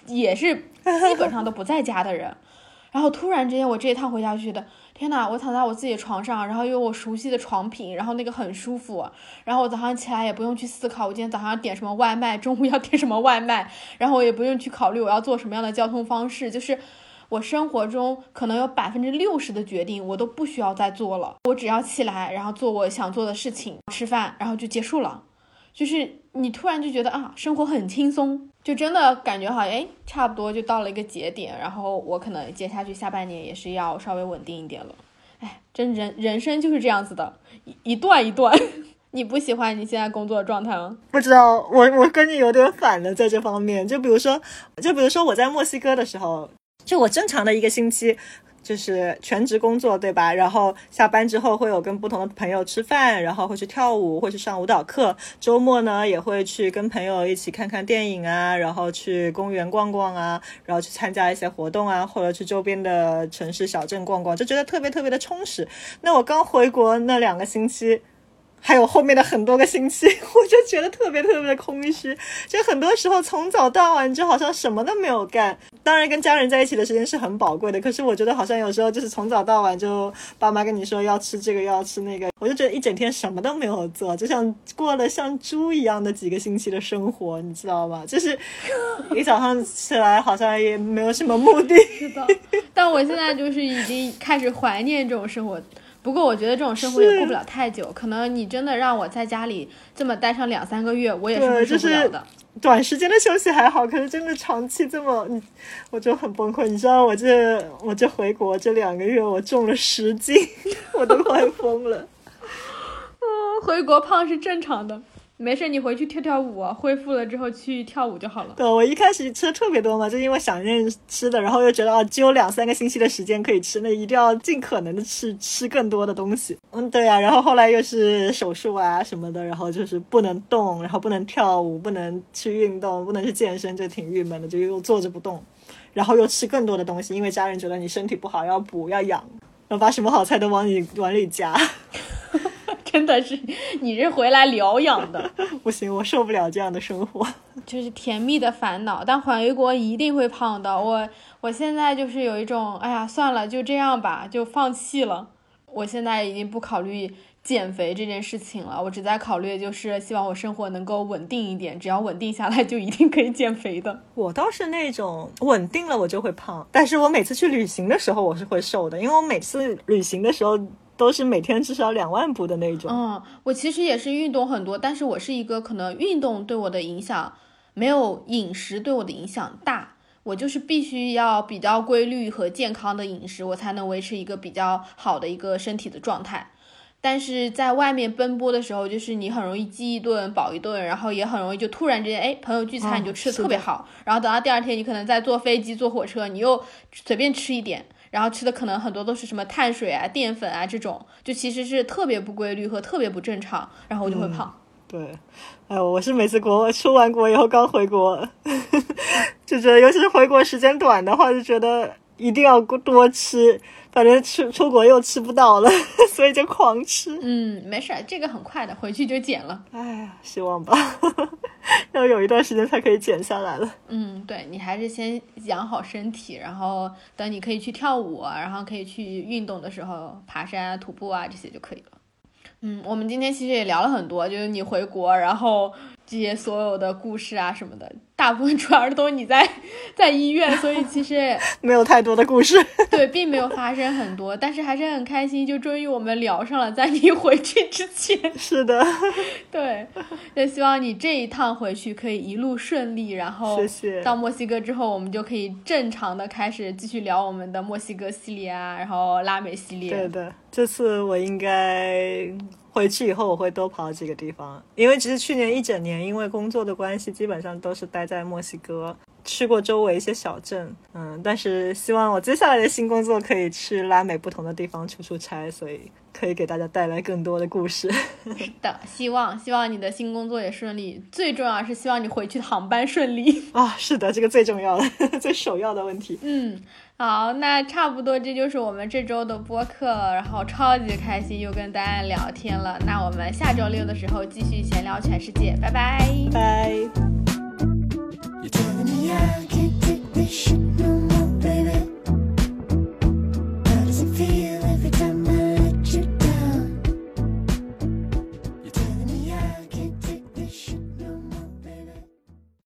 也是基本上都不在家的人。然后突然之间我这一趟回家去的，天哪，我躺在我自己的床上，然后有我熟悉的床品，然后那个很舒服，然后我早上起来也不用去思考我今天早上要点什么外卖，中午要点什么外卖，然后我也不用去考虑我要做什么样的交通方式，就是我生活中可能有60%的决定我都不需要再做了，我只要起来然后做我想做的事情，吃饭，然后就结束了。就是你突然就觉得啊，生活很轻松，就真的感觉好像差不多就到了一个节点，然后我可能接下去下半年也是要稍微稳定一点了。真人生就是这样子的，一段一段。你不喜欢你现在工作的状态吗？ 不知道，我跟你有点反的在这方面。就比如说我在墨西哥的时候，就我正常的一个星期就是全职工作，对吧？然后下班之后会有跟不同的朋友吃饭，然后会去跳舞，会去上舞蹈课，周末呢也会去跟朋友一起看看电影啊，然后去公园逛逛啊，然后去参加一些活动啊，或者去周边的城市小镇逛逛，就觉得特别特别的充实。那我刚回国那2个星期还有后面的很多个星期，我就觉得特别特别的空虚，就很多时候从早到晚就好像什么都没有干。当然跟家人在一起的时间是很宝贵的，可是我觉得好像有时候就是从早到晚就爸妈跟你说要吃这个要吃那个，我就觉得一整天什么都没有做，就像过了像猪一样的几个星期的生活，你知道吗？就是一早上起来好像也没有什么目的。 是的，但我现在就是已经开始怀念这种生活。不过我觉得这种生活也过不了太久，可能你真的让我在家里这么待上2-3个月，我也是会受不了的。 短时间的休息还好，可是真的长期这么，我就很崩溃。你知道我这回国这2个月我重了10斤，我都快疯了。 回国胖是正常的，没事你回去跳跳舞啊，恢复了之后去跳舞就好了。 对，我一开始吃的特别多嘛，就因为想念吃的，然后又觉得只有2-3个星期的时间可以吃，那一定要尽可能的吃更多的东西。对啊，然后后来又是手术啊什么的，然后就是不能动，然后不能跳舞，不能去运动，不能去健身，就挺郁闷的，就又坐着不动，然后又吃更多的东西，因为家人觉得你身体不好要补要养，然后把什么好菜都往里夹。 真的是你是回来疗养的。 不行，我受不了这样的生活， 就是甜蜜的烦恼，但回国一定会胖的。我现在就是有一种哎呀算了就这样吧，就放弃了。我现在已经不考虑减肥这件事情了，我只在考虑就是希望我生活能够稳定一点，只要稳定下来就一定可以减肥的。 我倒是那种稳定了我就会胖，但是我每次去旅行的时候我是会瘦的，因为我每次旅行的时候都是每天至少2万步的那种。 我其实也是运动很多，但是我是一个可能运动对我的影响没有饮食对我的影响大，我就是必须要比较规律和健康的饮食，我才能维持一个比较好的一个身体的状态。但是在外面奔波的时候，就是你很容易饥一顿饱一顿，然后也很容易就突然之间朋友聚餐你就吃的特别好，然后等到第2天你可能在坐飞机坐火车，你又随便吃一点，然后吃的可能很多都是什么碳水啊淀粉啊，这种就其实是特别不规律和特别不正常，然后我就会胖。 对，我是每次出完国以后刚回国就觉得尤其是回国时间短的话，就觉得一定要多吃，反正出国又吃不到了所以就狂吃。 没事，这个很快的，回去就减了。 哎呀，希望吧要有一段时间才可以减下来了。 对，你还是先养好身体，然后等你可以去跳舞，然后可以去运动的时候，爬山啊徒步啊这些就可以了。我们今天其实也聊了很多，就是你回国然后这些所有的故事啊什么的，大部分主要都是你在医院，所以其实没有太多的故事对，并没有发生很多，但是还是很开心，就终于我们聊上了在你回去之前。 是的， 对，就希望你这一趟回去可以一路顺利，然后到墨西哥之后我们就可以正常的开始继续聊我们的墨西哥系列啊，然后拉美系列。 对的，这次我应该回去以后我会多跑几个地方，因为其实去年一整年因为工作的关系基本上都是待在墨西哥，去过周围一些小镇，但是希望我接下来的新工作可以去拉美不同的地方出差，所以可以给大家带来更多的故事。 是的，希望你的新工作也顺利，最重要是希望你回去的航班顺利啊！是的，这个最重要的最首要的问题。 好，那差不多这就是我们这周的播客，然后超级开心又跟大家聊天了，那我们下周6的时候继续闲聊全世界，拜拜。 拜。